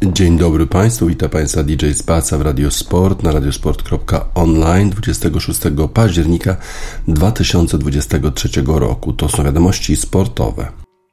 Dzień dobry Państwu, witam Państwa DJ Spaca w Radiosport na radiosport.online 26 października 2023 roku. To są wiadomości sportowe.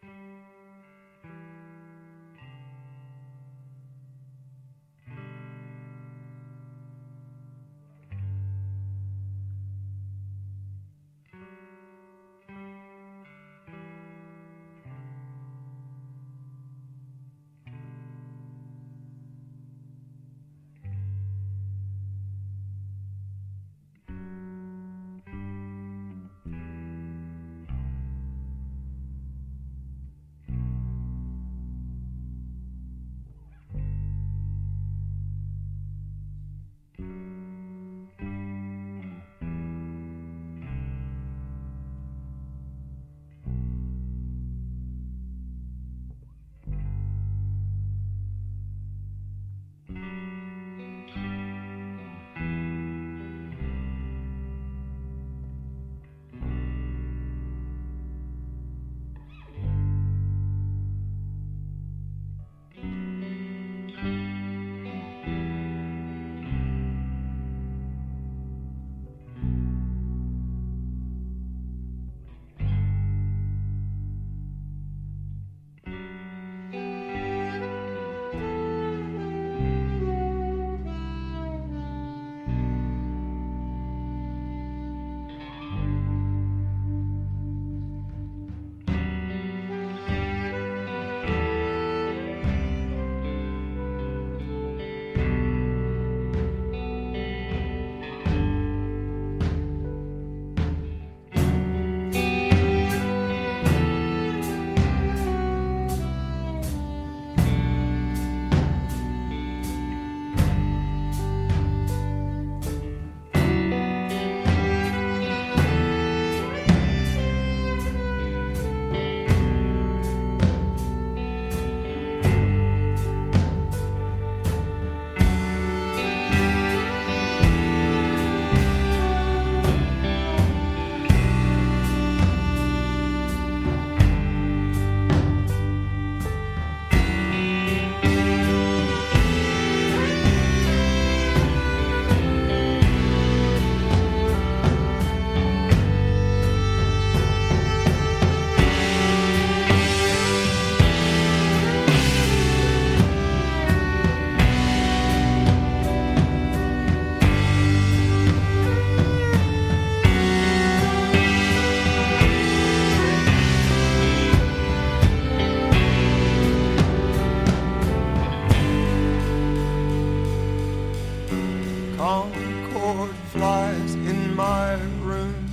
Concord flies in my room,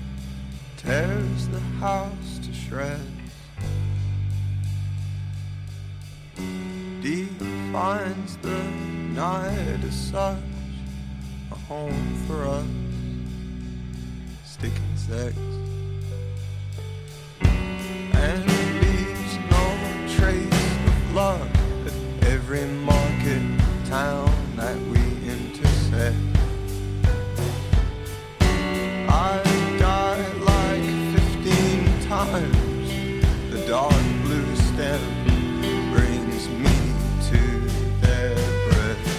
tears the house to shreds, defines the night as such, a home for us, sticking sex, and leaves no trace of love at every market town that we intersect. I died like 15 times. The dark blue stem brings me to their breasts.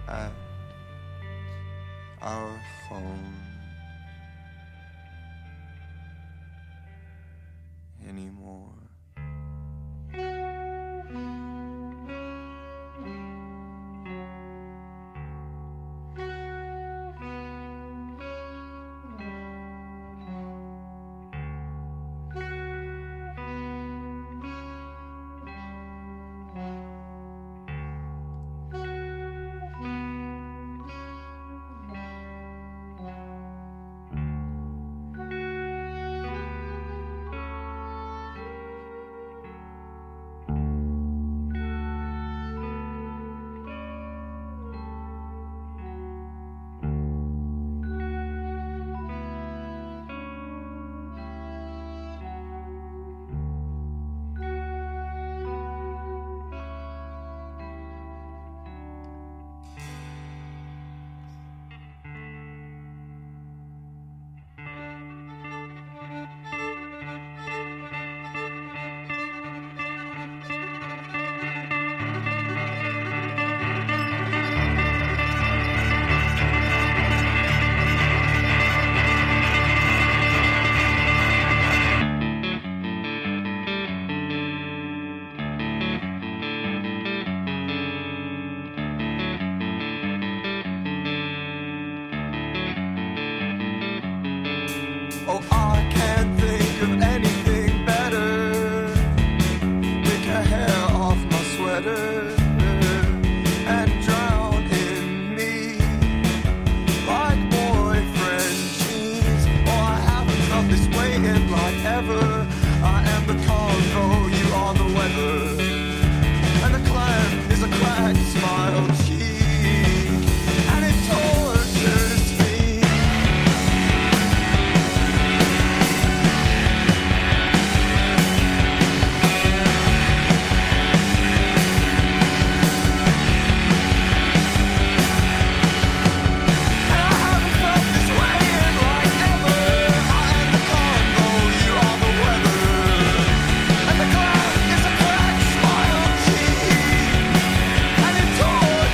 at our phone anymore. Oh, I can't think of anything better. Take a hair off my sweater and drown in me like boyfriend jeans. Oh, I haven't felt this way in like ever. I am the cargo, you are the weather, and the clan is a cracked smile cheek, and it tortures me. Torture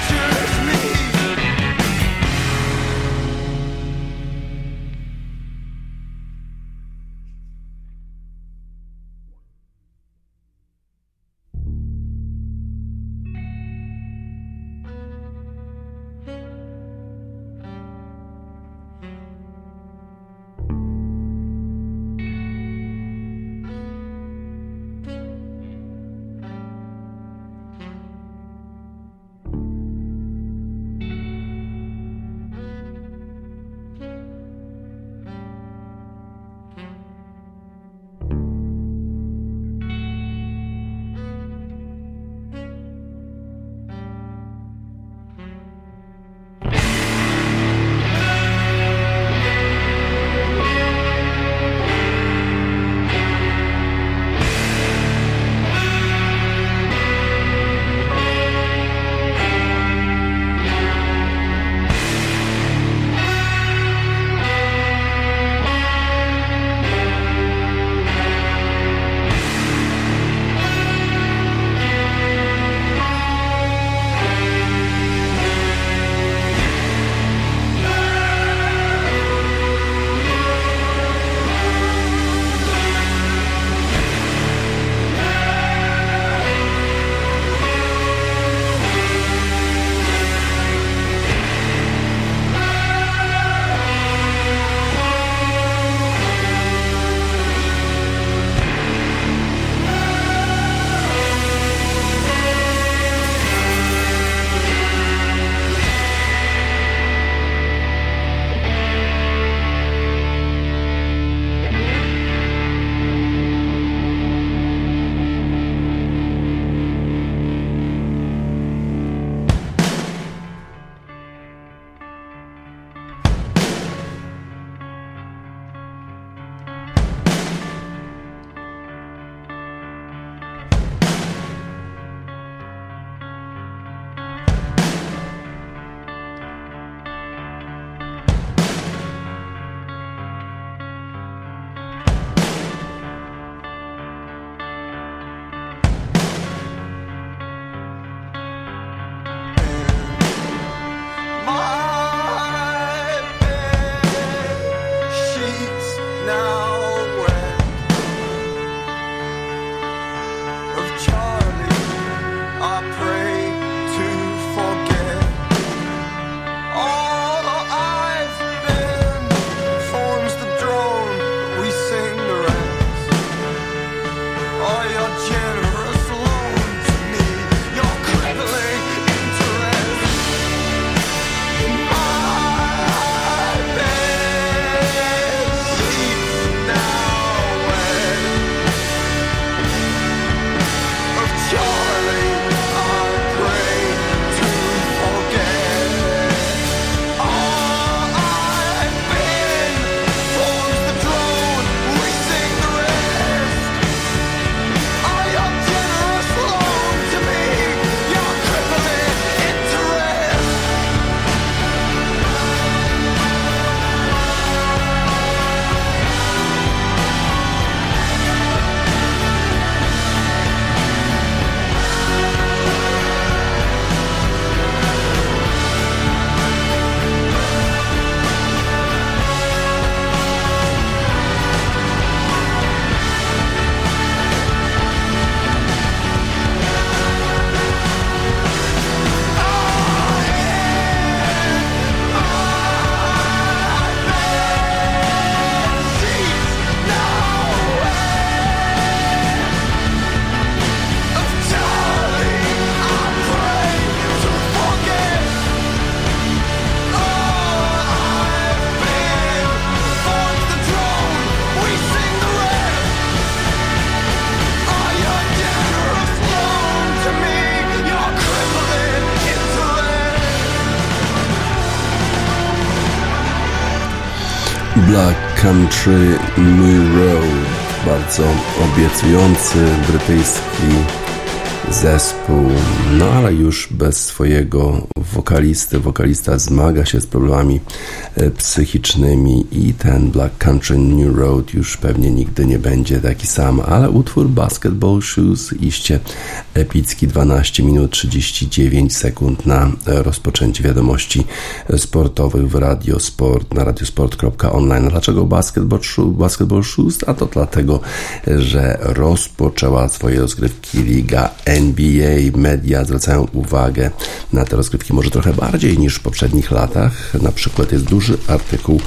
Black Country New Road, bardzo obiecujący brytyjski zespół, no ale już bez swojego wokalisty. Wokalista zmaga się z problemami psychicznymi i ten Black Country New Road już pewnie nigdy nie będzie taki sam, ale utwór Basketball Shoes iście epicki, 12 minut 39 sekund na rozpoczęcie wiadomości sportowych w Radio Sport na radiosport.online. Dlaczego Basketball Shoes? A to dlatego, że rozpoczęła swoje rozgrywki liga NBA. Media zwracają uwagę na te rozgrywki może trochę bardziej niż w poprzednich latach. Na przykład jest duży artykuł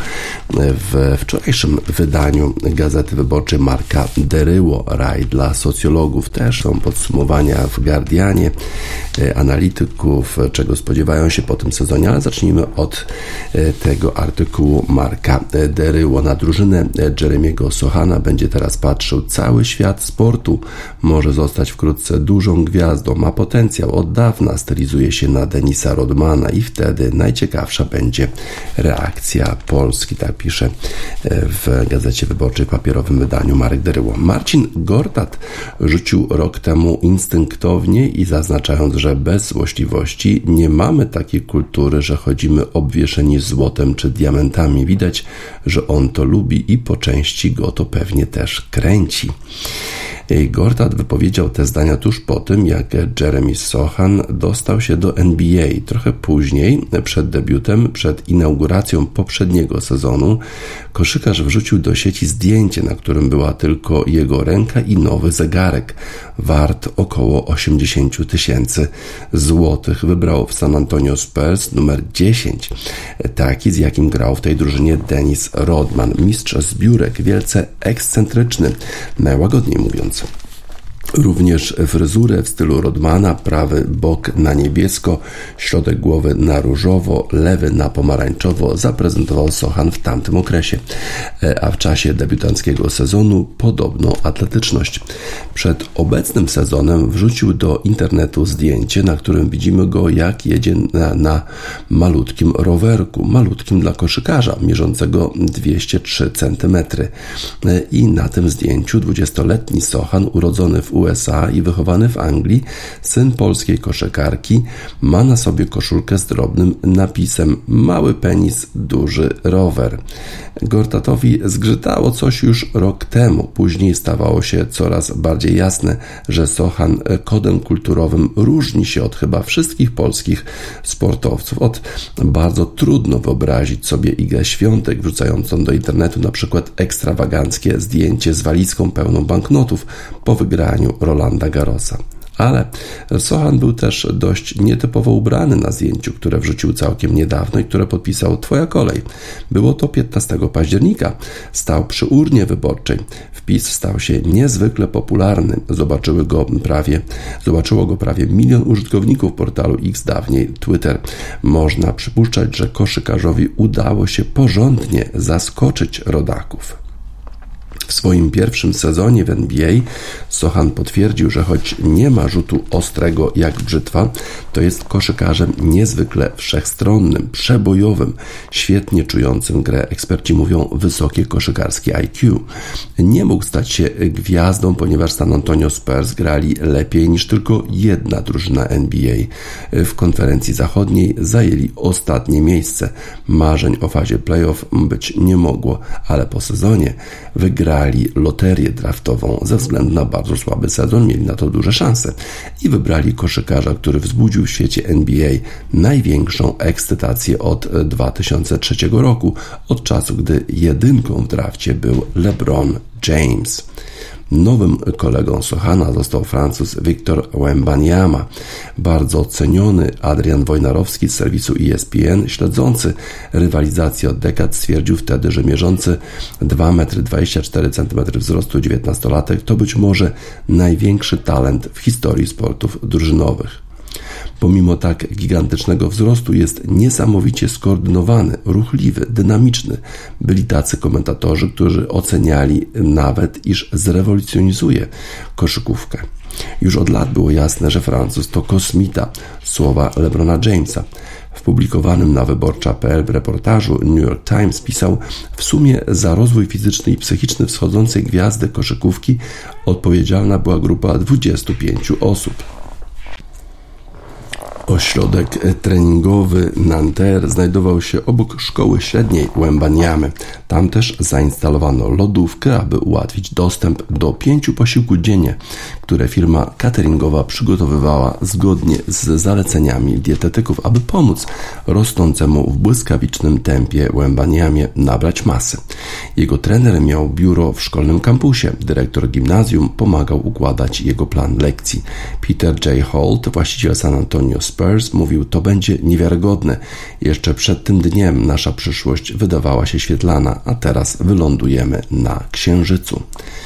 w wczorajszym wydaniu Gazety Wyborczej Marka Deryło. Raj dla socjologów, też są podsumowania w Guardianie analityków, czego spodziewają się po tym sezonie, ale zacznijmy od tego artykułu Marka Deryło. Na drużynę Jeremiego Sochana będzie teraz patrzył cały świat sportu. Może zostać wkrótce dużą gwiazdą, ma potencjał, od dawna stylizuje się na Denisa Rodmana i wtedy najciekawsza będzie reakcja Polski, tak pisze w Gazecie Wyborczej, papierowym wydaniu Marek Deryło. Marcin Gortat rzucił rok temu instynktownie i zaznaczając, że bez złośliwości nie mamy takiej kultury, że chodzimy obwieszeni złotem czy diamentami. Widać, że on to lubi i po części go to pewnie też kręci. Gortat wypowiedział te zdania tuż po tym, jak Jeremy Sochan dostał się do NBA. Trochę później, przed debiutem, przed inauguracją poprzedniego sezonu, koszykarz wrzucił do sieci zdjęcie, na którym była tylko jego ręka i nowy zegarek, wart około 80 000 złotych. Wybrał w San Antonio Spurs numer 10, taki z jakim grał w tej drużynie Dennis Rodman, mistrz zbiórek, wielce ekscentryczny, najłagodniej mówiąc. Również fryzurę w stylu Rodmana, prawy bok na niebiesko, środek głowy na różowo, lewy na pomarańczowo zaprezentował Sochan w tamtym okresie, a w czasie debiutanckiego sezonu podobną atletyczność. Przed obecnym sezonem wrzucił do internetu zdjęcie, na którym widzimy go, jak jedzie na malutkim rowerku, malutkim dla koszykarza, mierzącego 203 cm. I na tym zdjęciu 20-letni Sochan, urodzony w USA i wychowany w Anglii, syn polskiej koszykarki, ma na sobie koszulkę z drobnym napisem „Mały penis, duży rower”. Gortatowi zgrzytało coś już rok temu. Później stawało się coraz bardziej jasne, że Sochan kodem kulturowym różni się od chyba wszystkich polskich sportowców. Bardzo trudno wyobrazić sobie Igę Świątek wrzucającą do internetu na przykład ekstrawaganckie zdjęcie z walizką pełną banknotów po wygraniu Rolanda Garrosa. Ale Sochan był też dość nietypowo ubrany na zdjęciu, które wrzucił całkiem niedawno i które podpisał „Twoja kolej”. Było to 15 października. Stał przy urnie wyborczej. Wpis stał się niezwykle popularny. Zobaczyło go prawie 1 milion użytkowników portalu X, dawniej Twitter. Można przypuszczać, że koszykarzowi udało się porządnie zaskoczyć rodaków. W swoim pierwszym sezonie w NBA Sochan potwierdził, że choć nie ma rzutu ostrego jak brzytwa, to jest koszykarzem niezwykle wszechstronnym, przebojowym, świetnie czującym grę. Eksperci mówią wysokie koszykarskie IQ. Nie mógł stać się gwiazdą, ponieważ San Antonio Spurs grali lepiej niż tylko jedna drużyna NBA. W konferencji zachodniej zajęli ostatnie miejsce. Marzeń o fazie playoff być nie mogło, ale po sezonie wygrali loterię draftową. Ze względu na bardzo słaby sezon mieli na to duże szanse i wybrali koszykarza, który wzbudził w świecie NBA największą ekscytację od 2003 roku, od czasu, gdy jedynką w drafcie był LeBron James. Nowym kolegą Sochana został Francuz Victor Wembanyama. Bardzo ceniony Adrian Wojnarowski z serwisu ESPN, śledzący rywalizację od dekad, stwierdził wtedy, że mierzący 2,24 m wzrostu 19-latek to być może największy talent w historii sportów drużynowych. Pomimo tak gigantycznego wzrostu jest niesamowicie skoordynowany, ruchliwy, dynamiczny. Byli tacy komentatorzy, którzy oceniali nawet, iż zrewolucjonizuje koszykówkę. Już od lat było jasne, że Francuz to kosmita, słowa LeBrona Jamesa. W publikowanym na wyborcza.pl reportażu New York Times pisał: w sumie za rozwój fizyczny i psychiczny wschodzącej gwiazdy koszykówki odpowiedzialna była grupa 25 osób. Ośrodek treningowy Nanterre znajdował się obok szkoły średniej Wembanyamy. Tam też zainstalowano lodówkę, aby ułatwić dostęp do 5 posiłków dziennie, które firma cateringowa przygotowywała zgodnie z zaleceniami dietetyków, aby pomóc rosnącemu w błyskawicznym tempie Wembanyamie nabrać masy. Jego trener miał biuro w szkolnym kampusie. Dyrektor gimnazjum pomagał układać jego plan lekcji. Peter J. Holt, właściciel San Antonio Spurs, mówił: to będzie niewiarygodne. Jeszcze przed tym dniem nasza przyszłość wydawała się świetlana, a teraz wylądujemy na Księżycu.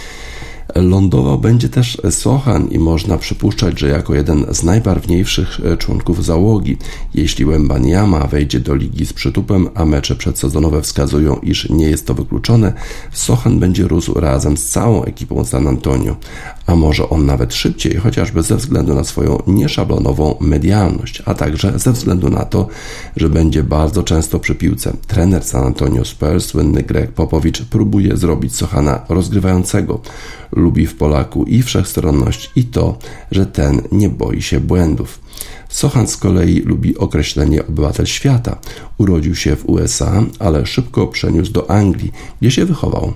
Lądował będzie też Sochan i można przypuszczać, że jako jeden z najbarwniejszych członków załogi. Jeśli Wembanyama wejdzie do ligi z przytupem, a mecze przedsezonowe wskazują, iż nie jest to wykluczone, Sochan będzie rósł razem z całą ekipą San Antonio. A może on nawet szybciej, chociażby ze względu na swoją nieszablonową medialność, a także ze względu na to, że będzie bardzo często przy piłce. Trener San Antonio Spurs, słynny Greg Popovich, próbuje zrobić Sochana rozgrywającego. Lubi w Polaku i wszechstronność, i to, że ten nie boi się błędów. Sochan z kolei lubi określenie obywatel świata. Urodził się w USA, ale szybko przeniósł do Anglii, gdzie się wychował.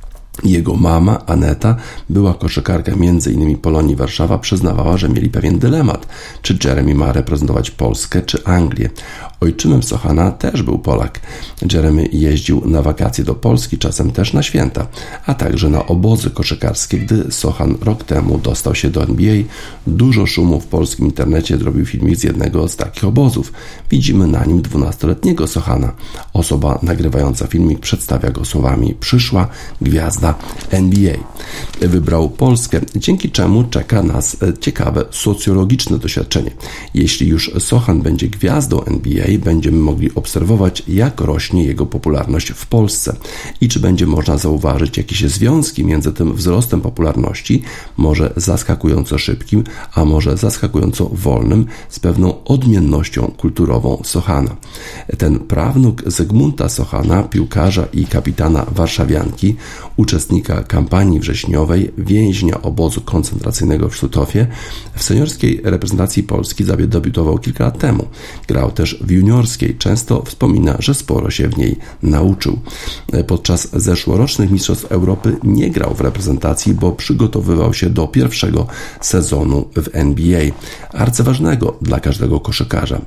Jego mama, Aneta, była koszykarka m.in. Polonii Warszawa, przyznawała, że mieli pewien dylemat, czy Jeremy ma reprezentować Polskę czy Anglię. Ojczymem Sochana też był Polak. Jeremy jeździł na wakacje do Polski, czasem też na święta, a także na obozy koszykarskie. Gdy Sochan rok temu dostał się do NBA, dużo szumu w polskim internecie zrobił filmik z jednego z takich obozów. Widzimy na nim 12-letniego Sochana. Osoba nagrywająca filmik przedstawia go słowami: przyszła gwiazda NBA. Wybrał Polskę, dzięki czemu czeka nas ciekawe socjologiczne doświadczenie. Jeśli już Sochan będzie gwiazdą NBA, będziemy mogli obserwować, jak rośnie jego popularność w Polsce i czy będzie można zauważyć jakieś związki między tym wzrostem popularności, może zaskakująco szybkim, a może zaskakująco wolnym, z pewną odmiennością kulturową Sochana. Ten prawnuk Zygmunta Sochana, piłkarza i kapitana warszawianki, uczestnika kampanii wrześniowej, więźnia obozu koncentracyjnego w Sztutofie, w seniorskiej reprezentacji Polski zadebiutował kilka lat temu. Grał też w juniorskiej. Często wspomina, że sporo się w niej nauczył. Podczas zeszłorocznych Mistrzostw Europy nie grał w reprezentacji, bo przygotowywał się do pierwszego sezonu w NBA. Arcyważnego dla każdego koszykarza,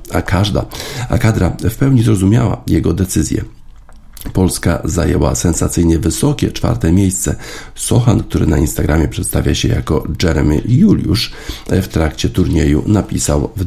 a kadra w pełni zrozumiała jego decyzję. Polska zajęła sensacyjnie wysokie 4. miejsce. Sochan, który na Instagramie przedstawia się jako Jeremy Juliusz, w trakcie turnieju napisał: w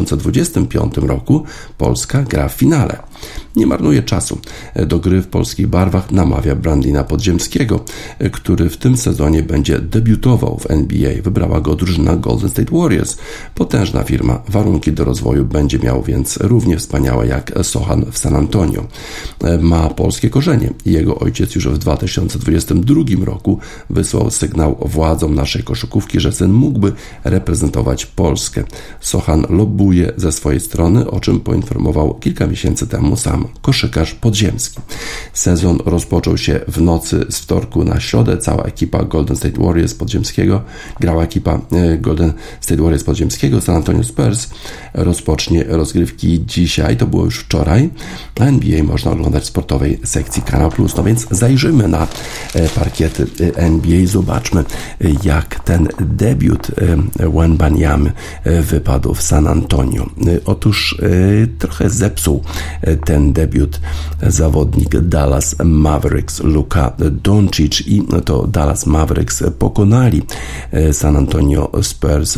2025 roku Polska gra w finale. Nie marnuje czasu. Do gry w polskich barwach namawia Brandina Podziemskiego, który w tym sezonie będzie debiutował w NBA. Wybrała go drużyna Golden State Warriors. Potężna firma. Warunki do rozwoju będzie miał więc równie wspaniałe jak Sochan w San Antonio. Ma polskie korzenie. Jego ojciec już w 2022 roku wysłał sygnał władzom naszej koszykówki, że syn mógłby reprezentować Polskę. Sochan lobbuje ze swojej strony, o czym poinformował kilka miesięcy temu sam koszykarz Podziemski. Sezon rozpoczął się w nocy z wtorku na środę. Cała ekipa Golden State Warriors Podziemskiego, grała ekipa Golden State Warriors Podziemskiego, San Antonio Spurs, rozpocznie rozgrywki dzisiaj, to było już wczoraj. Na NBA można oglądać w sportowej sekcji Kanal Plus. No więc zajrzymy na parkiety NBA, zobaczmy, jak ten debiut Wembanyamy wypadł w San Antonio. Otóż trochę zepsuł ten debiut zawodnik Dallas Mavericks, Luka Doncic, i to Dallas Mavericks pokonali San Antonio Spurs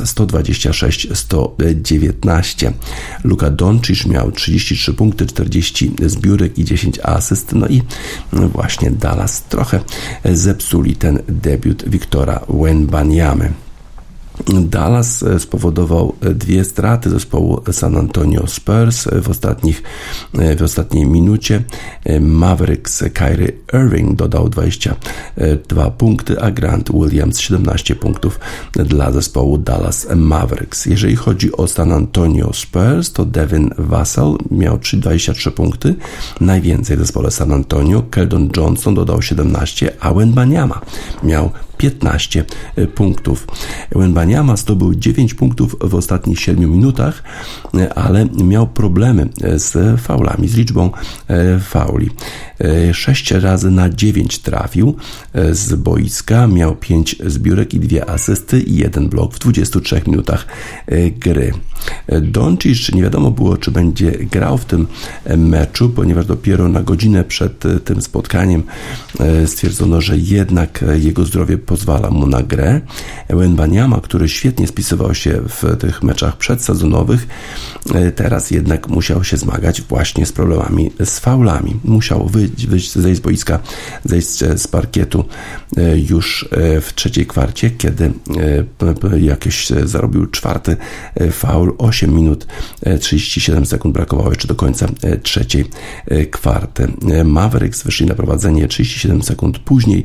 126-119. Luka Doncic miał 33 punkty, 40 zbiórek i 10 asyst, no i właśnie Dallas trochę zepsuli ten debiut Wiktora Wembanyamy. Dallas spowodował 2 straty zespołu San Antonio Spurs w ostatniej minucie. Mavericks Kyrie Irving dodał 22 punkty, a Grant Williams 17 punktów dla zespołu Dallas Mavericks. Jeżeli chodzi o San Antonio Spurs, to Devin Vassell miał 23 punkty, najwięcej w zespole San Antonio. Keldon Johnson dodał 17, a Wembanyama miał 15 punktów. Wembanyama zdobył 9 punktów w ostatnich 7 minutach, ale miał problemy z faulami, z liczbą fauli. 6 razy na 9 trafił z boiska, miał 5 zbiórek i 2 asysty i 1 blok w 23 minutach gry. Doncic nie wiadomo było, czy będzie grał w tym meczu, ponieważ dopiero na godzinę przed tym spotkaniem stwierdzono, że jednak jego zdrowie pozwala mu na grę. Wembanyama, który świetnie spisywał się w tych meczach przedsezonowych, teraz jednak musiał się zmagać właśnie z problemami z faulami. Musiał zejść z boiska, zejść z parkietu już w trzeciej kwarcie, kiedy jakieś zarobił 4 faul. 8 minut 37 sekund brakowało jeszcze do końca trzeciej kwarty. Mavericks wyszli na prowadzenie 37 sekund później,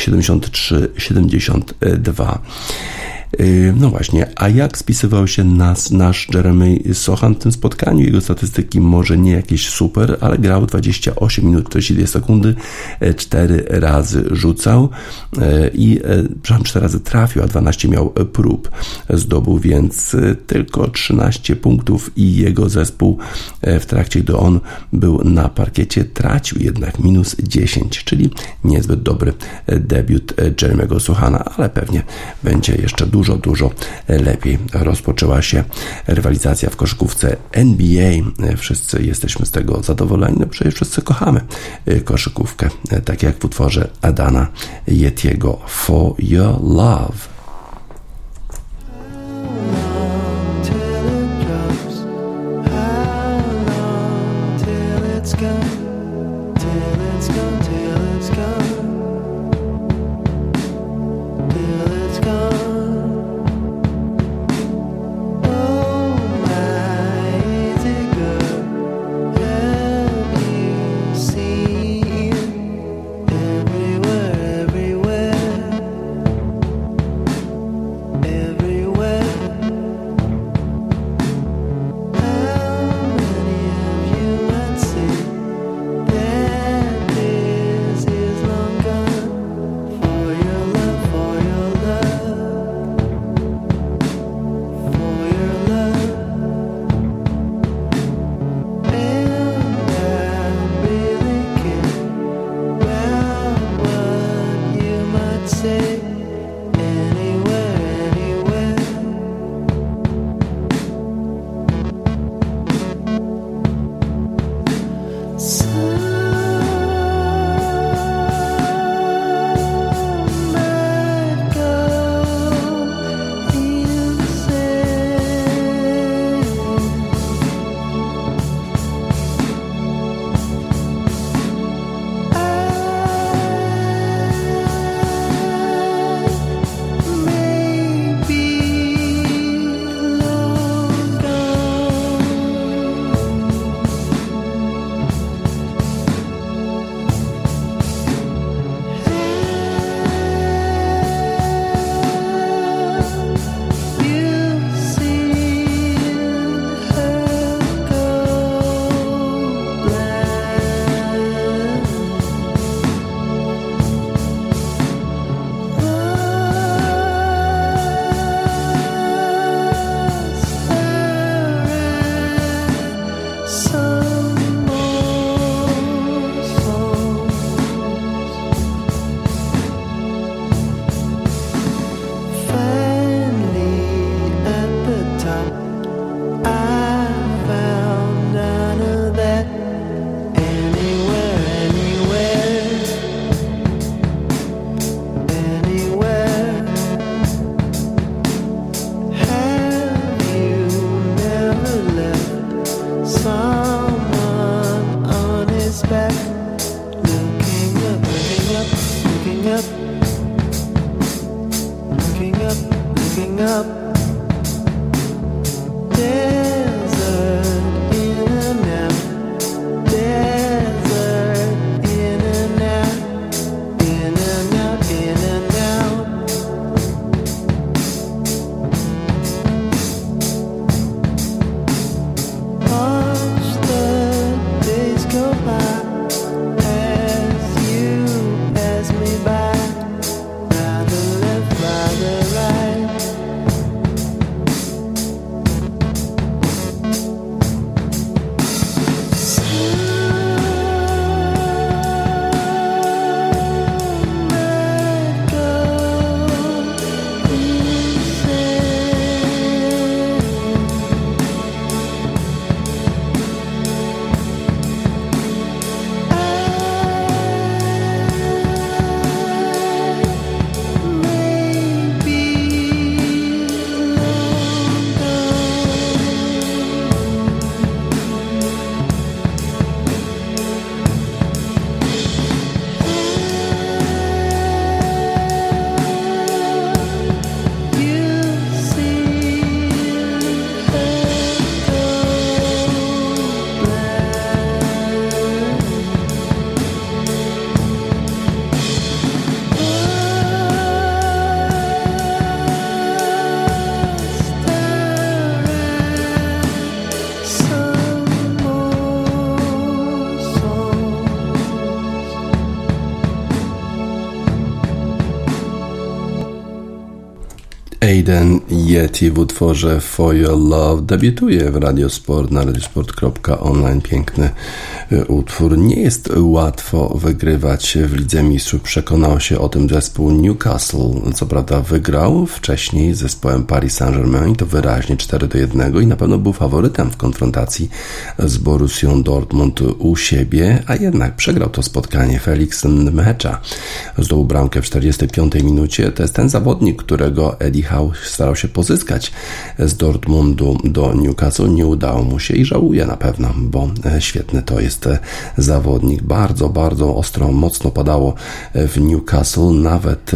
73-72. No właśnie, a jak spisywał się nasz Jeremy Sochan w tym spotkaniu? Jego statystyki może nie jakieś super, ale grał 28 minut 42 sekundy, 4 razy rzucał i 4 razy trafił, a 12 miał prób. Zdobył więc tylko 13 punktów i jego zespół w trakcie, gdy on był na parkiecie, tracił jednak minus 10, czyli niezbyt dobry debiut Jeremy'ego Sochana, ale pewnie będzie jeszcze dużo lepiej. Rozpoczęła się rywalizacja w koszykówce NBA. Wszyscy jesteśmy z tego zadowoleni, no przecież wszyscy kochamy koszykówkę, tak jak w utworze Adana Yetiego For Your Love. Aiden Yeti w utworze For Your Love debiutuje w Radiosport na radiosport.online. Piękny utwór. Nie jest łatwo wygrywać w Lidze Mistrzów. Przekonał się o tym zespół Newcastle. Co prawda wygrał wcześniej z zespołem Paris Saint-Germain, to wyraźnie 4-1 i na pewno był faworytem w konfrontacji z Borussią Dortmund u siebie, a jednak przegrał to spotkanie. Felix Mecza zdobył bramkę w 45 minucie. To jest ten zawodnik, którego Eddie Howe starał się pozyskać z Dortmundu do Newcastle. Nie udało mu się i żałuje na pewno, bo świetny to jest zawodnik. Bardzo, bardzo ostro, mocno padało w Newcastle. Nawet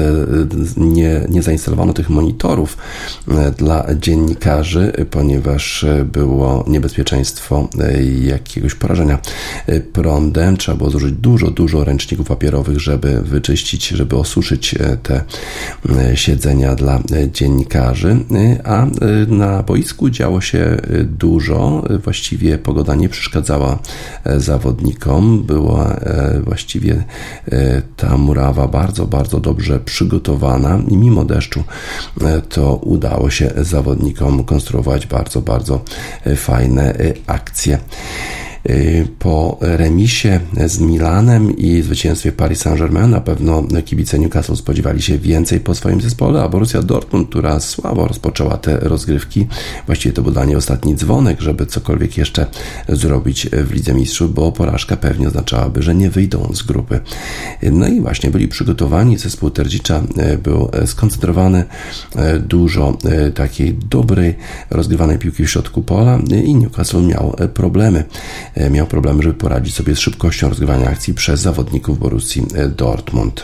nie zainstalowano tych monitorów dla dziennikarzy, ponieważ było niebezpieczeństwo jakiegoś porażenia prądem. Trzeba było zużyć dużo ręczników papierowych, żeby wyczyścić, żeby osuszyć te siedzenia dla dziennikarzy, a na boisku działo się dużo. Właściwie pogoda nie przeszkadzała zawodnikom. Była właściwie ta murawa bardzo, bardzo dobrze przygotowana i mimo deszczu to udało się zawodnikom konstruować bardzo, bardzo fajne akcje. Po remisie z Milanem i zwycięstwie Paris Saint-Germain na pewno kibice Newcastle spodziewali się więcej po swoim zespole, a Borussia Dortmund, która słabo rozpoczęła te rozgrywki, właściwie to był dla niej ostatni dzwonek, żeby cokolwiek jeszcze zrobić w Lidze Mistrzów, bo porażka pewnie oznaczałaby, że nie wyjdą z grupy. No i właśnie byli przygotowani, zespół Terdzicza był skoncentrowany, dużo takiej dobrej, rozgrywanej piłki w środku pola i Newcastle miał problemy, żeby poradzić sobie z szybkością rozgrywania akcji przez zawodników Borussii Dortmund.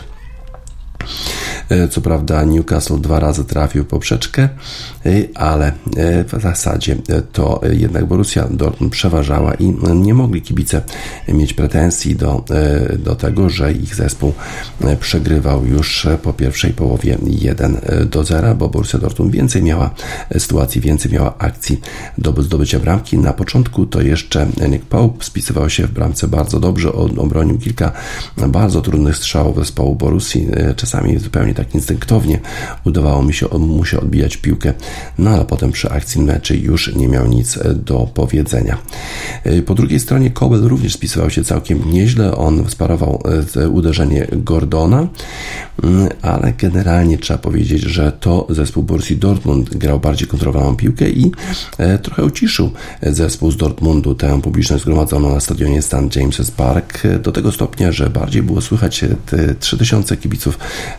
Co prawda Newcastle 2 razy trafił w poprzeczkę, ale w zasadzie to jednak Borussia Dortmund przeważała i nie mogli kibice mieć pretensji do tego, że ich zespół przegrywał już po pierwszej połowie 1-0, bo Borussia Dortmund więcej miała sytuacji, więcej miała akcji do zdobycia bramki. Na początku to jeszcze Nick Pope spisywał się w bramce bardzo dobrze, obronił kilka bardzo trudnych strzałów zespołu Borussii, czasami zupełnie tak instynktownie udawało mu się odbijać piłkę, no ale potem przy akcji meczy już nie miał nic do powiedzenia. Po drugiej stronie Kobel również spisywał się całkiem nieźle, on sparował uderzenie Gordona, ale generalnie trzeba powiedzieć, że to zespół Borussii Dortmund grał bardziej kontrolowaną piłkę i trochę uciszył zespół z Dortmundu, tę publiczność zgromadzoną na stadionie St. James's Park do tego stopnia, że bardziej było słychać te 3000 kibiców, które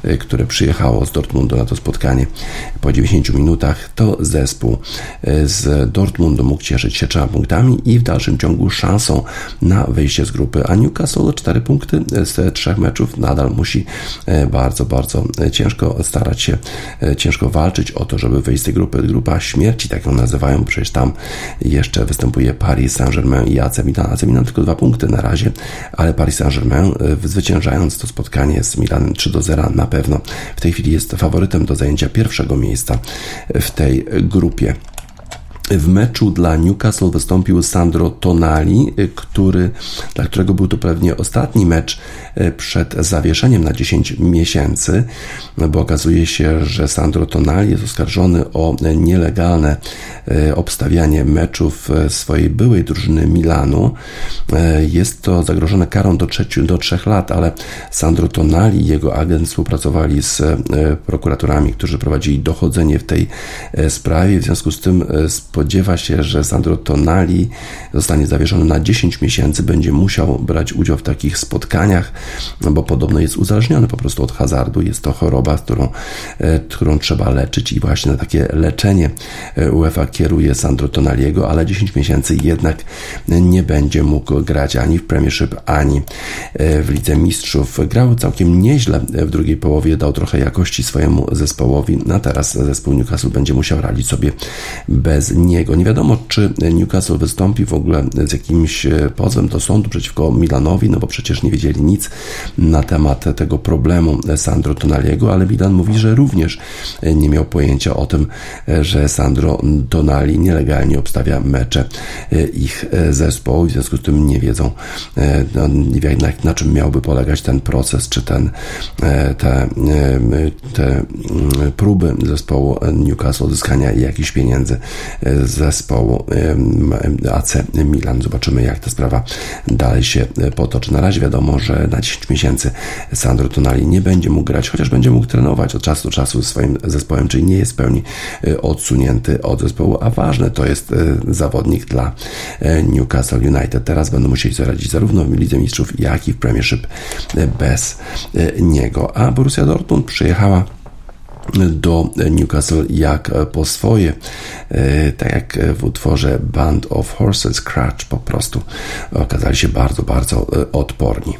przyjechało z Dortmundu na to spotkanie po 90 minutach, to zespół z Dortmundu mógł cieszyć się 3 punktami i w dalszym ciągu szansą na wyjście z grupy, a Newcastle 4 punkty z 3 meczów nadal musi bardzo, bardzo ciężko starać się, ciężko walczyć o to, żeby wyjść z tej grupy. Grupa śmierci, tak ją nazywają, przecież tam jeszcze występuje Paris Saint-Germain i AC Milan. AC Milan tylko 2 punkty na razie, ale Paris Saint-Germain, zwyciężając to spotkanie z Milanem 3-0, na pewno w tej chwili jest faworytem do zajęcia pierwszego miejsca w tej grupie. W meczu dla Newcastle wystąpił Sandro Tonali, dla którego był to pewnie ostatni mecz przed zawieszeniem na 10 miesięcy, bo okazuje się, że Sandro Tonali jest oskarżony o nielegalne obstawianie meczów swojej byłej drużyny Milanu. Jest to zagrożone karą do 3 lat, ale Sandro Tonali i jego agent współpracowali z prokuratorami, którzy prowadzili dochodzenie w tej sprawie. W związku z tym spodziewa się, że Sandro Tonali zostanie zawieszony na 10 miesięcy, będzie musiał brać udział w takich spotkaniach, bo podobno jest uzależniony po prostu od hazardu. Jest to choroba, którą trzeba leczyć i właśnie na takie leczenie UEFA kieruje Sandro Tonaliego, ale 10 miesięcy jednak nie będzie mógł grać ani w Premiership, ani w Lidze Mistrzów. Grał całkiem nieźle w drugiej połowie, dał trochę jakości swojemu zespołowi, a teraz zespół Newcastle będzie musiał radzić sobie bez niego. Nie wiadomo, czy Newcastle wystąpi w ogóle z jakimś pozwem do sądu przeciwko Milanowi, no bo przecież nie wiedzieli nic na temat tego problemu Sandro Tonaliego, ale Milan mówi, że również nie miał pojęcia o tym, że Sandro Tonali nielegalnie obstawia mecze ich zespołu, w związku z tym nie wiedzą, na czym miałby polegać ten proces, czy te próby zespołu Newcastle uzyskania jakichś pieniędzy z zespołu AC Milan. Zobaczymy, jak ta sprawa dalej się potoczy. Na razie wiadomo, że na 10 miesięcy Sandro Tonali nie będzie mógł grać, chociaż będzie mógł trenować od czasu do czasu swoim zespołem, czyli nie jest w pełni odsunięty od zespołu, a ważne to jest zawodnik dla Newcastle United. Teraz będą musieli sobie radzić zarówno w Lidze Mistrzów, jak i w Premiership bez niego. A Borussia Dortmund przyjechała do Newcastle jak po swoje, tak jak w utworze Band of Horses, Scratch, po prostu okazali się bardzo, bardzo odporni.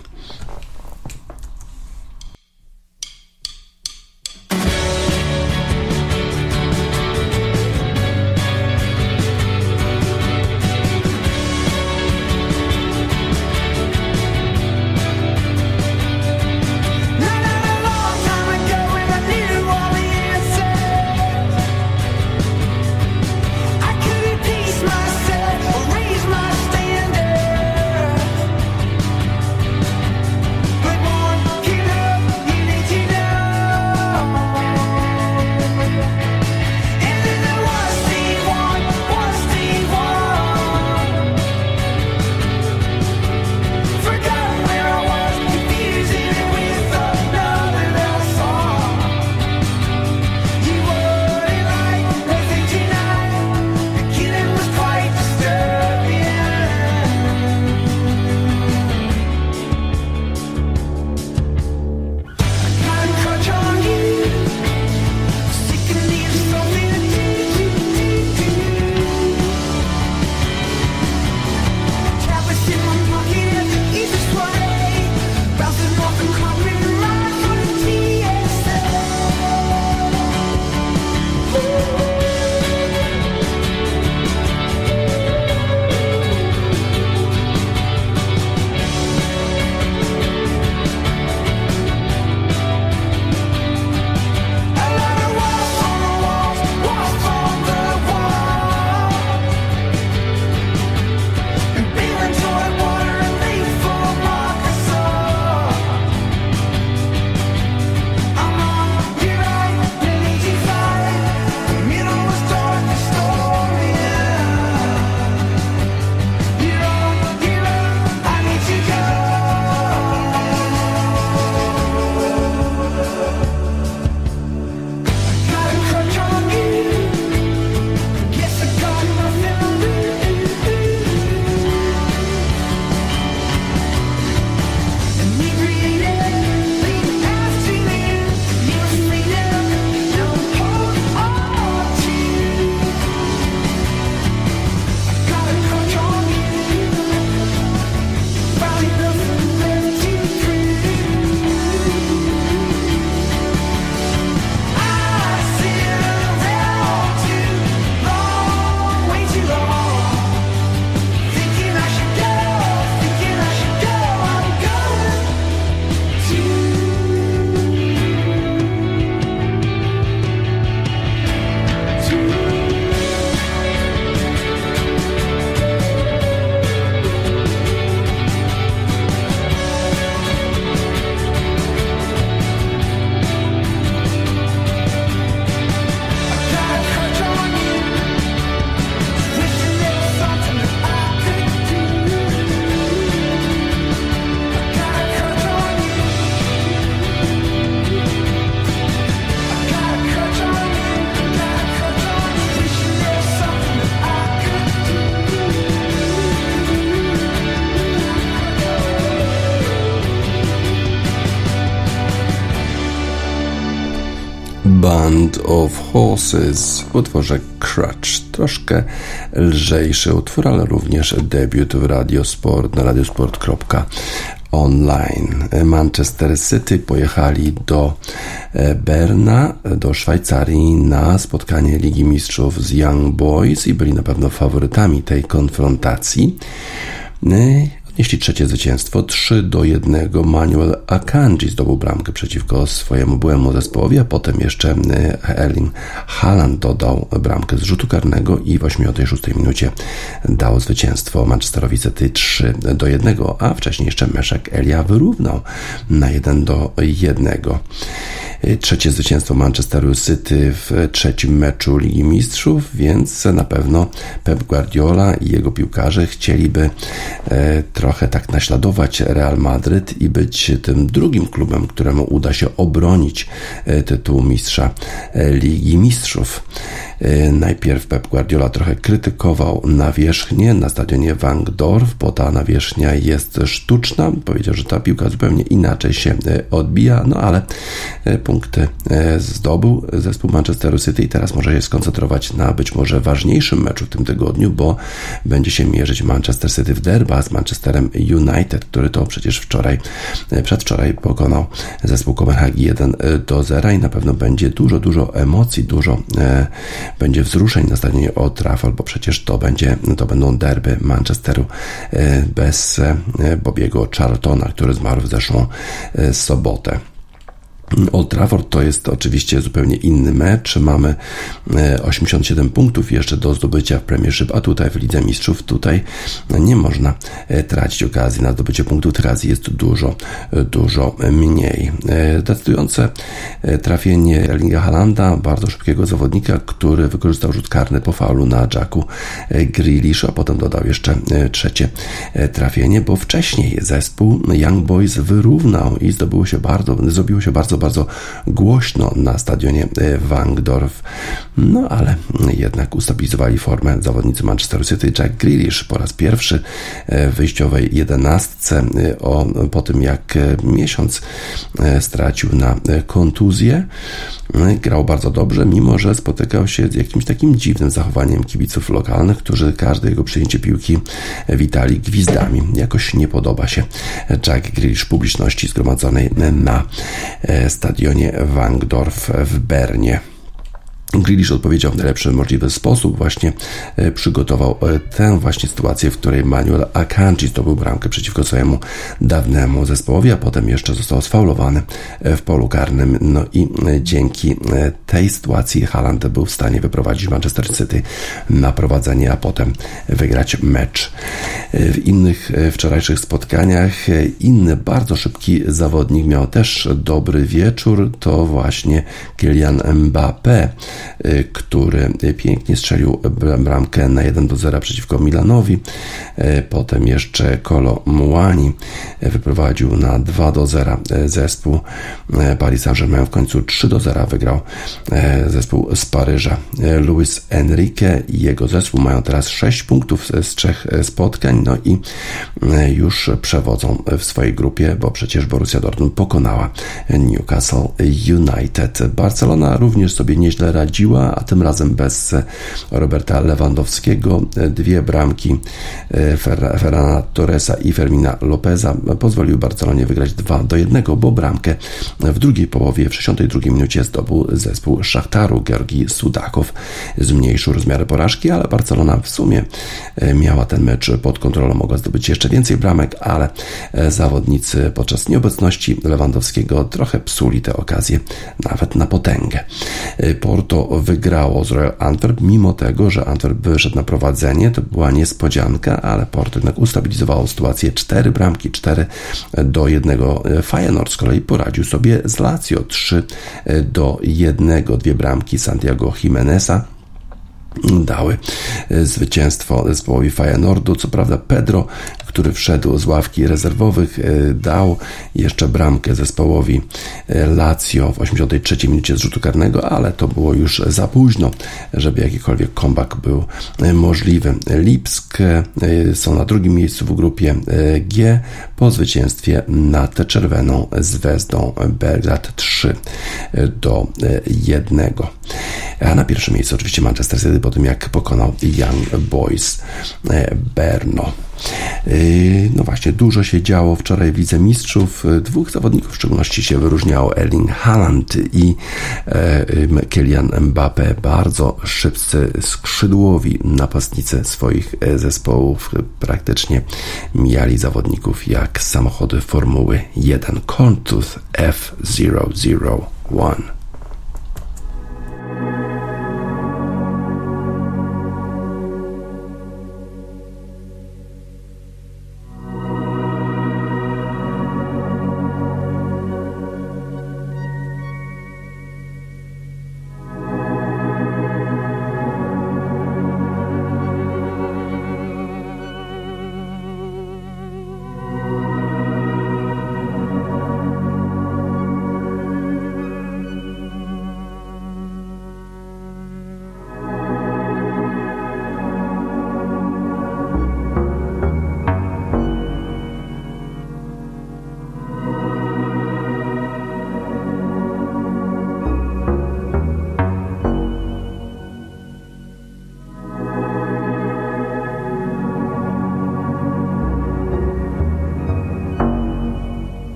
Band of Horses w utworze Crutch. Troszkę lżejszy utwór, ale również debiut w Radiosport na radiosport.online. Manchester City pojechali do Berna, do Szwajcarii na spotkanie Ligi Mistrzów z Young Boys i byli na pewno faworytami tej konfrontacji. Jeśli trzecie zwycięstwo 3-1, Manuel Akanji zdobył bramkę przeciwko swojemu byłemu zespołowi, a potem jeszcze Erling Haaland dodał bramkę z rzutu karnego i w 86 minucie dał zwycięstwo Manchesterowi City 3-1, a wcześniej jeszcze Meszek Elia wyrównał na 1-1. Trzecie zwycięstwo Manchesteru City w trzecim meczu Ligi Mistrzów, więc na pewno Pep Guardiola i jego piłkarze chcieliby trochę tak naśladować Real Madryt i być tym drugim klubem, któremu uda się obronić tytuł mistrza Ligi Mistrzów. Najpierw Pep Guardiola trochę krytykował nawierzchnię na stadionie Wankdorf, bo ta nawierzchnia jest sztuczna. Powiedział, że ta piłka zupełnie inaczej się odbija, no ale punkty zdobył zespół Manchesteru City i teraz może się skoncentrować na być może ważniejszym meczu w tym tygodniu, bo będzie się mierzyć Manchester City w derby z Manchesterem United, który to przecież przedwczoraj pokonał zespół Kopenhagi 1-0 i na pewno będzie dużo emocji, będzie wzruszeń na stadionie Old Trafford, bo przecież to będą derby Manchesteru bez Bobiego Charltona, który zmarł w zeszłą sobotę. Old Trafford to jest oczywiście zupełnie inny mecz. Mamy 87 punktów jeszcze do zdobycia w Premiership, a tutaj w Lidze Mistrzów nie można tracić okazji na zdobycie punktów. Tych razy jest dużo mniej. Decydujące trafienie Erlinga Haalanda, bardzo szybkiego zawodnika, który wykorzystał rzut karny po faulu na Jacku Grealishu, a potem dodał jeszcze trzecie trafienie, bo wcześniej zespół Young Boys wyrównał i zrobiło się bardzo głośno na stadionie Wankdorf, no ale jednak ustabilizowali formę zawodnicy Manchesteru City. Jack Grealish po raz pierwszy w wyjściowej 11 po tym jak miesiąc stracił na kontuzję. Grał bardzo dobrze, mimo że spotykał się z jakimś takim dziwnym zachowaniem kibiców lokalnych, którzy każde jego przyjęcie piłki witali gwizdami. Jakoś nie podoba się Jack Grealish publiczności zgromadzonej na stadionie Wankdorf w Bernie. Grealish odpowiedział w najlepszy możliwy sposób, właśnie przygotował tę właśnie sytuację, w której Manuel Akanji zdobył bramkę przeciwko swojemu dawnemu zespołowi, a potem jeszcze został sfaulowany w polu karnym, no i dzięki tej sytuacji Haaland był w stanie wyprowadzić Manchester City na prowadzenie, a potem wygrać mecz. W innych wczorajszych spotkaniach inny bardzo szybki zawodnik miał też dobry wieczór, to właśnie Kylian Mbappé, który pięknie strzelił bramkę na 1-0 przeciwko Milanowi. Potem jeszcze Kolo Muani wyprowadził na 2-0 zespół Paris Saint-Germain. W końcu 3-0 wygrał zespół z Paryża. Luis Enrique i jego zespół mają teraz 6 punktów z 3 spotkań, no i już przewodzą w swojej grupie, bo przecież Borussia Dortmund pokonała Newcastle United. Barcelona również sobie nieźle radziła, a tym razem bez Roberta Lewandowskiego. 2 bramki Ferrana Torresa i Fermina Lopeza pozwoliły Barcelonie wygrać 2-1, bo bramkę w drugiej połowie, w 62 minucie zdobył zespół Szachtaru. Georgi Sudakow zmniejszył rozmiary porażki, ale Barcelona w sumie miała ten mecz pod kontrolą, mogła zdobyć jeszcze więcej bramek, ale zawodnicy podczas nieobecności Lewandowskiego trochę psuli te okazje nawet na potęgę. Porto wygrało z Royal Antwerp, mimo tego, że Antwerp wyszedł na prowadzenie. To była niespodzianka, ale Porto jednak ustabilizowało sytuację. 4 bramki, 4-1. Feyenoord z kolei poradził sobie z Lazio 3-1. 2 bramki Santiago Jimeneza dały zwycięstwo zespołowi Feyenoordu. Co prawda Pedro, który wszedł z ławki rezerwowych, dał jeszcze bramkę zespołowi Lazio w 83 minucie z rzutu karnego, ale to było już za późno, żeby jakikolwiek comeback był możliwy. Lipsk są na drugim miejscu w grupie G po zwycięstwie nad czerwoną Zvezdą Belgrad 3-1. A na pierwszym miejscu oczywiście Manchester City po tym, jak pokonał Young Boys Brno. No właśnie, dużo się działo wczoraj w Lidze Mistrzów. Dwóch zawodników w szczególności się wyróżniało: Erling Haaland i Kylian Mbappé. Bardzo szybcy skrzydłowi napastnicy swoich zespołów praktycznie mijali zawodników jak samochody Formuły 1. Contus F001.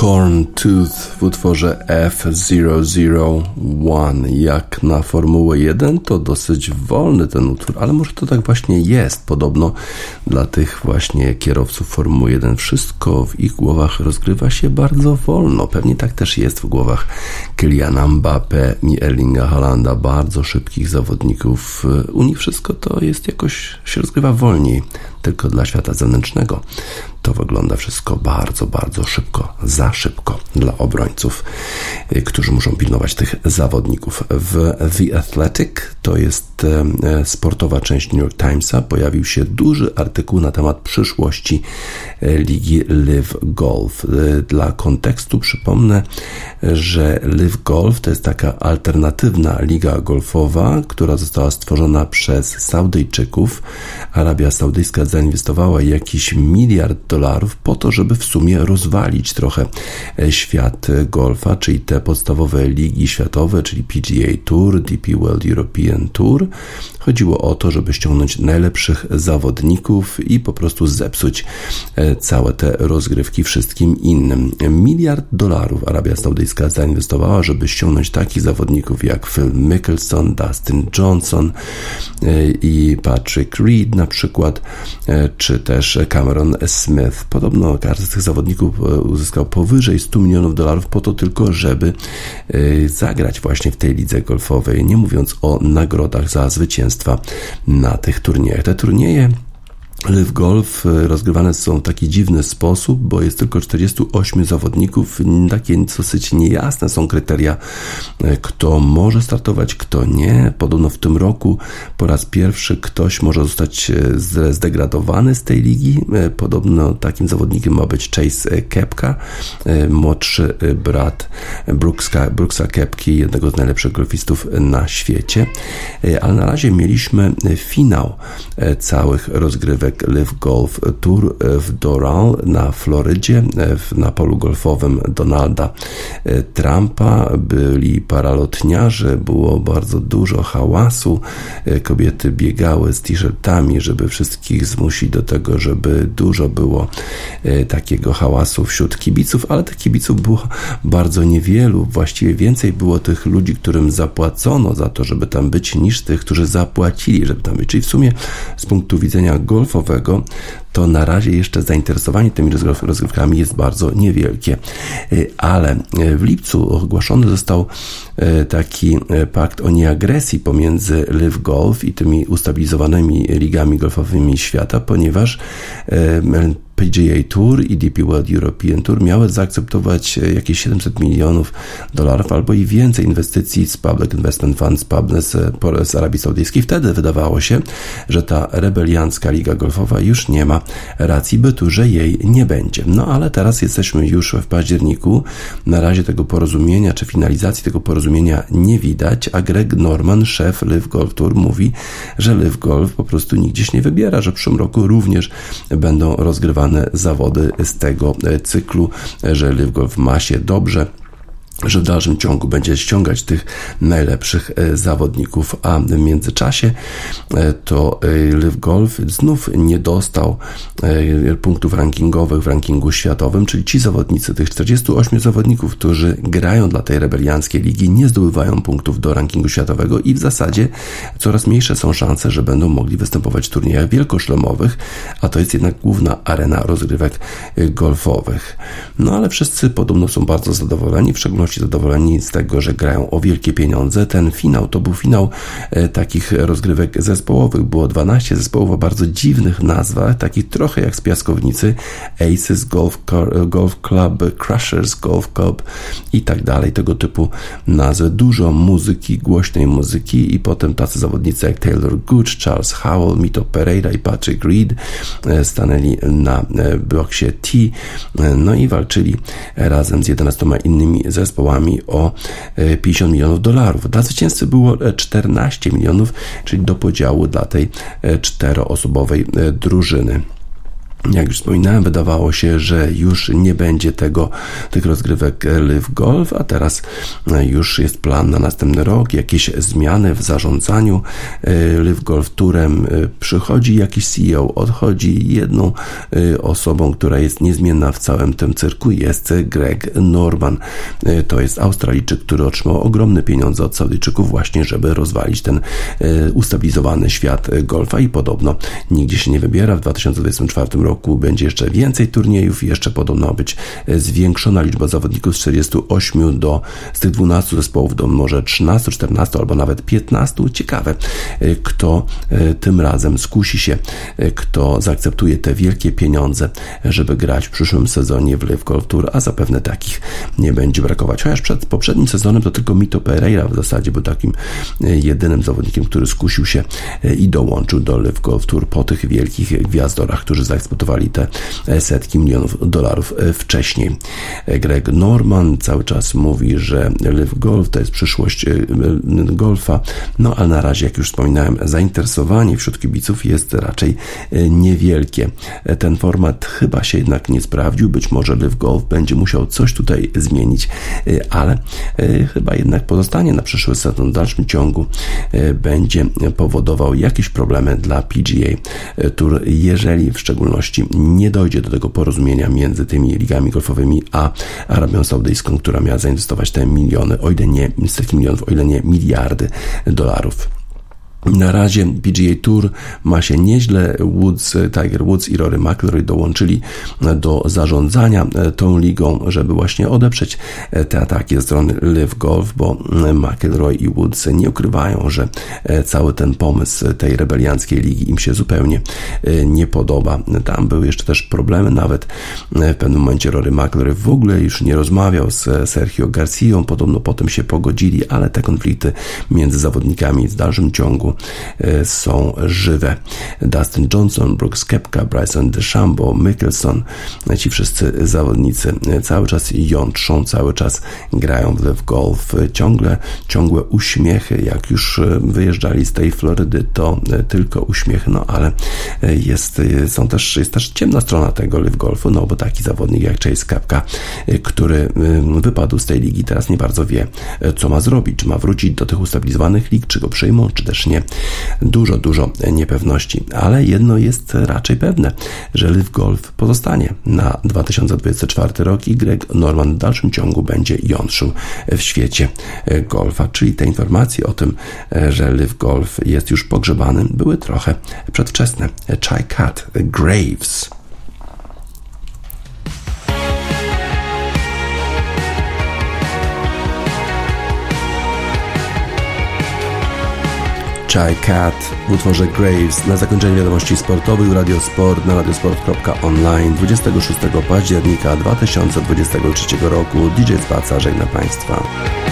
Corn Tooth w utworze F001. Jak na Formułę 1 to dosyć wolny ten utwór, ale może to tak właśnie jest. Podobno dla tych właśnie kierowców Formuły 1 wszystko w ich głowach rozgrywa się bardzo wolno. Pewnie tak też jest w głowach Kyliana Mbappé i Erlinga Haalanda, bardzo szybkich zawodników. U nich wszystko to jest jakoś, się rozgrywa wolniej, tylko dla świata zewnętrznego to wygląda wszystko bardzo, bardzo szybko, za szybko dla obrońców, którzy muszą pilnować tych zawodników. W The Athletic, to jest sportowa część New York Timesa, pojawił się duży artykuł na temat przyszłości ligi Live Golf. Dla kontekstu przypomnę, że Live Golf to jest taka alternatywna liga golfowa, która została stworzona przez Saudyjczyków. Arabia Saudyjska zainwestowała jakiś $1 miliard po to, żeby w sumie rozwalić trochę świat golfa, czyli te podstawowe ligi światowe, czyli PGA Tour, DP World European Tour. Chodziło o to, żeby ściągnąć najlepszych zawodników i po prostu zepsuć całe te rozgrywki wszystkim innym. $1 miliard Arabia Saudyjska zainwestowała, żeby ściągnąć takich zawodników jak Phil Mickelson, Dustin Johnson i Patrick Reed na przykład, czy też Cameron Smith. Podobno każdy z tych zawodników uzyskał powyżej $100 milionów po to tylko, żeby zagrać właśnie w tej lidze golfowej, nie mówiąc o nagrodach za zwycięstwa na tych turniejach. Te turnieje Live Golf rozgrywane są w taki dziwny sposób, bo jest tylko 48 zawodników. Takie dosyć niejasne są kryteria, kto może startować, kto nie. Podobno w tym roku po raz pierwszy ktoś może zostać zdegradowany z tej ligi. Podobno takim zawodnikiem ma być Chase Koepka, młodszy brat Brooksa Koepki, jednego z najlepszych golfistów na świecie. Ale na razie mieliśmy finał całych rozgrywek Live Golf Tour w Doral na Florydzie, na polu golfowym Donalda Trumpa. Byli paralotniarze, było bardzo dużo hałasu, kobiety biegały z t-shirtami, żeby wszystkich zmusić do tego, żeby dużo było takiego hałasu wśród kibiców, ale tych kibiców było bardzo niewielu, właściwie więcej było tych ludzi, którym zapłacono za to, żeby tam być, niż tych, którzy zapłacili, żeby tam być. Czyli w sumie z punktu widzenia golfowego to na razie jeszcze zainteresowanie tymi rozgrywkami jest bardzo niewielkie. Ale w lipcu ogłoszony został taki pakt o nieagresji pomiędzy Live Golf i tymi ustabilizowanymi ligami golfowymi świata, ponieważ PGA Tour i DP World European Tour miały zaakceptować jakieś $700 milionów albo i więcej inwestycji z Public Investment Funds z Arabii Saudyjskiej. Wtedy wydawało się, że ta rebeliancka liga golfowa już nie ma racji bytu, że jej nie będzie. No ale teraz jesteśmy już w październiku. Na razie tego porozumienia, czy finalizacji tego porozumienia nie widać, a Greg Norman, szef Live Golf Tour, mówi, że Live Golf po prostu nigdzie się nie wybiera, że w przyszłym roku również będą rozgrywane zawody z tego cyklu, że Live Golf ma się dobrze, że w dalszym ciągu będzie ściągać tych najlepszych zawodników, a w międzyczasie to Live Golf znów nie dostał punktów rankingowych w rankingu światowym, czyli ci zawodnicy, tych 48 zawodników, którzy grają dla tej rebelianckiej ligi, nie zdobywają punktów do rankingu światowego i w zasadzie coraz mniejsze są szanse, że będą mogli występować w turniejach wielkoszlemowych, a to jest jednak główna arena rozgrywek golfowych. No ale wszyscy podobno są bardzo zadowoleni, w szczególności zadowoleni z tego, że grają o wielkie pieniądze. Ten finał to był finał takich rozgrywek zespołowych. Było 12 zespołów o bardzo dziwnych nazwach, takich trochę jak z piaskownicy, Aces Golf Club, Crushers Golf Club i tak dalej, tego typu nazwy. Dużo muzyki, głośnej muzyki i potem tacy zawodnicy jak Taylor Gooch, Charles Howell, Mito Pereira i Patrick Reed stanęli na boksie T, no i walczyli razem z 11 innymi zespołami o $50 milionów. Dla zwycięzcy było 14 milionów, czyli do podziału dla tej 4-osobowej drużyny. Jak już wspominałem, wydawało się, że już nie będzie tych rozgrywek LIV Golf, a teraz już jest plan na następny rok, jakieś zmiany w zarządzaniu LIV Golf Tourem. Przychodzi jakiś CEO, odchodzi. Jedną osobą, która jest niezmienna w całym tym cyrku, jest Greg Norman. To jest Australijczyk, który otrzymał ogromne pieniądze od Saudyjczyków właśnie, żeby rozwalić ten ustabilizowany świat golfa i podobno nigdzie się nie wybiera. W 2024 roku będzie jeszcze więcej turniejów i jeszcze podobno ma być zwiększona liczba zawodników z 48 z tych 12 zespołów do może 13, 14 albo nawet 15. Ciekawe, kto tym razem skusi się, kto zaakceptuje te wielkie pieniądze, żeby grać w przyszłym sezonie w LIV Golf Tour, a zapewne takich nie będzie brakować. Chociaż przed poprzednim sezonem to tylko Mito Pereira w zasadzie był takim jedynym zawodnikiem, który skusił się i dołączył do LIV Golf Tour po tych wielkich gwiazdorach, którzy zaeksploatowali te setki milionów dolarów wcześniej. Greg Norman cały czas mówi, że LIV Golf to jest przyszłość golfa, no ale na razie, jak już wspominałem, zainteresowanie wśród kibiców jest raczej niewielkie. Ten format chyba się jednak nie sprawdził, być może LIV Golf będzie musiał coś tutaj zmienić, ale chyba jednak pozostanie na przyszły sezon w dalszym ciągu będzie powodował jakieś problemy dla PGA Tour, jeżeli w szczególności nie dojdzie do tego porozumienia między tymi ligami golfowymi a Arabią Saudyjską, która miała zainwestować te miliony, o ile nie setki milionów, o ile nie miliardy dolarów. Na razie PGA Tour ma się nieźle. Tiger Woods i Rory McIlroy dołączyli do zarządzania tą ligą, żeby właśnie odeprzeć te ataki ze strony LIV Golf, bo McIlroy i Woods nie ukrywają, że cały ten pomysł tej rebelianckiej ligi im się zupełnie nie podoba. Tam były jeszcze też problemy, nawet w pewnym momencie Rory McIlroy w ogóle już nie rozmawiał z Sergio Garcją, podobno potem się pogodzili, ale te konflikty między zawodnikami w dalszym ciągu są żywe. Dustin Johnson, Brooks Koepka, Bryson DeChambeau, Mickelson, ci wszyscy zawodnicy cały czas jątrzą, cały czas grają w LIV Golf. Ciągłe uśmiechy, jak już wyjeżdżali z tej Florydy, to tylko uśmiech, no ale jest też ciemna strona tego LIV Golfu, no bo taki zawodnik jak Chase Koepka, który wypadł z tej ligi, teraz nie bardzo wie, co ma zrobić, czy ma wrócić do tych ustabilizowanych lig, czy go przyjmą, czy też nie. Dużo niepewności, ale jedno jest raczej pewne, że LIV Golf pozostanie na 2024 rok i Greg Norman w dalszym ciągu będzie jątrzył w świecie golfa, czyli te informacje o tym, że LIV Golf jest już pogrzebany, były trochę przedwczesne. Chai Cat Graves. Chai Cat w utworze Graves. Na zakończenie wiadomości sportowych Radio Sport na radiosport.online 26 października 2023 roku. DJ Spaca żegna Państwa.